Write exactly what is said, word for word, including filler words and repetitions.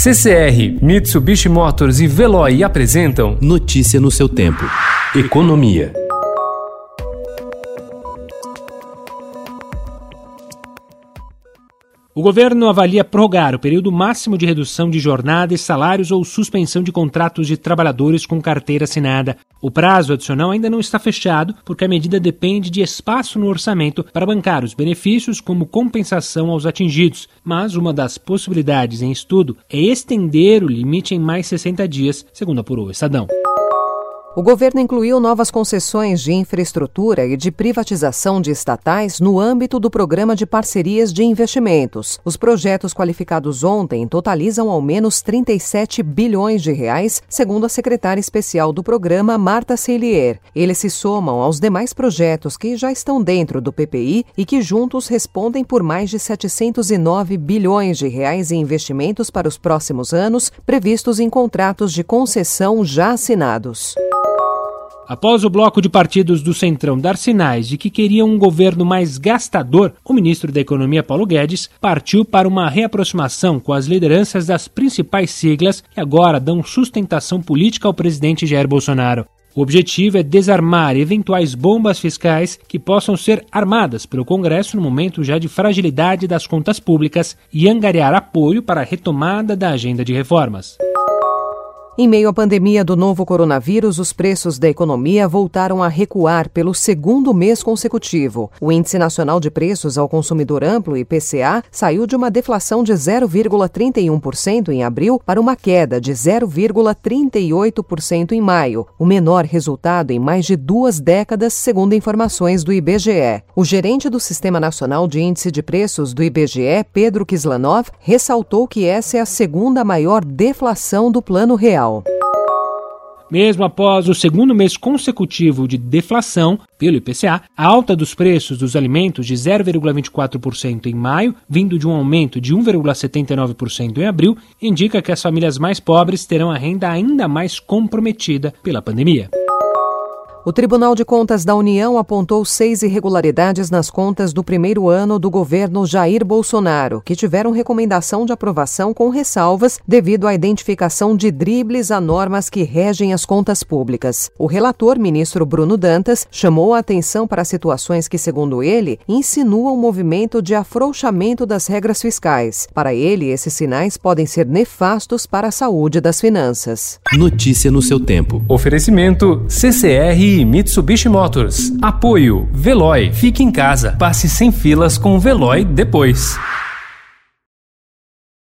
C C R, Mitsubishi Motors e Veloy apresentam Notícia no seu tempo. Economia. O governo avalia prorrogar o período máximo de redução de jornada e salários ou suspensão de contratos de trabalhadores com carteira assinada. O prazo adicional ainda não está fechado, porque a medida depende de espaço no orçamento para bancar os benefícios como compensação aos atingidos. Mas uma das possibilidades em estudo é estender o limite em mais sessenta dias, segundo apurou o Estadão. O governo incluiu novas concessões de infraestrutura e de privatização de estatais no âmbito do Programa de Parcerias de Investimentos. Os projetos qualificados ontem totalizam ao menos trinta e sete bilhões de reais, segundo a secretária especial do programa, Marta Seilier. Eles se somam aos demais projetos que já estão dentro do P P I e que juntos respondem por mais de setecentos e nove bilhões de reais em investimentos para os próximos anos, previstos em contratos de concessão já assinados. Após o bloco de partidos do Centrão dar sinais de que queriam um governo mais gastador, o ministro da Economia, Paulo Guedes, partiu para uma reaproximação com as lideranças das principais siglas que agora dão sustentação política ao presidente Jair Bolsonaro. O objetivo é desarmar eventuais bombas fiscais que possam ser armadas pelo Congresso no momento já de fragilidade das contas públicas e angariar apoio para a retomada da agenda de reformas. Em meio à pandemia do novo coronavírus, os preços da economia voltaram a recuar pelo segundo mês consecutivo. O Índice Nacional de Preços ao Consumidor Amplo, I P C A, saiu de uma deflação de zero vírgula trinta e um por cento em abril para uma queda de zero vírgula trinta e oito por cento em maio, o menor resultado em mais de duas décadas, segundo informações do I B G E. O gerente do Sistema Nacional de Índice de Preços do I B G E, Pedro Kislanov, ressaltou que essa é a segunda maior deflação do Plano Real. Mesmo após o segundo mês consecutivo de deflação pelo I P C A, a alta dos preços dos alimentos de zero vírgula vinte e quatro por cento em maio, vindo de um aumento de um vírgula setenta e nove por cento em abril, indica que as famílias mais pobres terão a renda ainda mais comprometida pela pandemia. O Tribunal de Contas da União apontou seis irregularidades nas contas do primeiro ano do governo Jair Bolsonaro, que tiveram recomendação de aprovação com ressalvas devido à identificação de dribles a normas que regem as contas públicas. O relator, ministro Bruno Dantas, chamou a atenção para situações que, segundo ele, insinuam um movimento de afrouxamento das regras fiscais. Para ele, esses sinais podem ser nefastos para a saúde das finanças. Notícia no seu tempo. Oferecimento C C R e Mitsubishi Motors. Apoio Veloy. Fique em casa. Passe sem filas com o Veloy depois.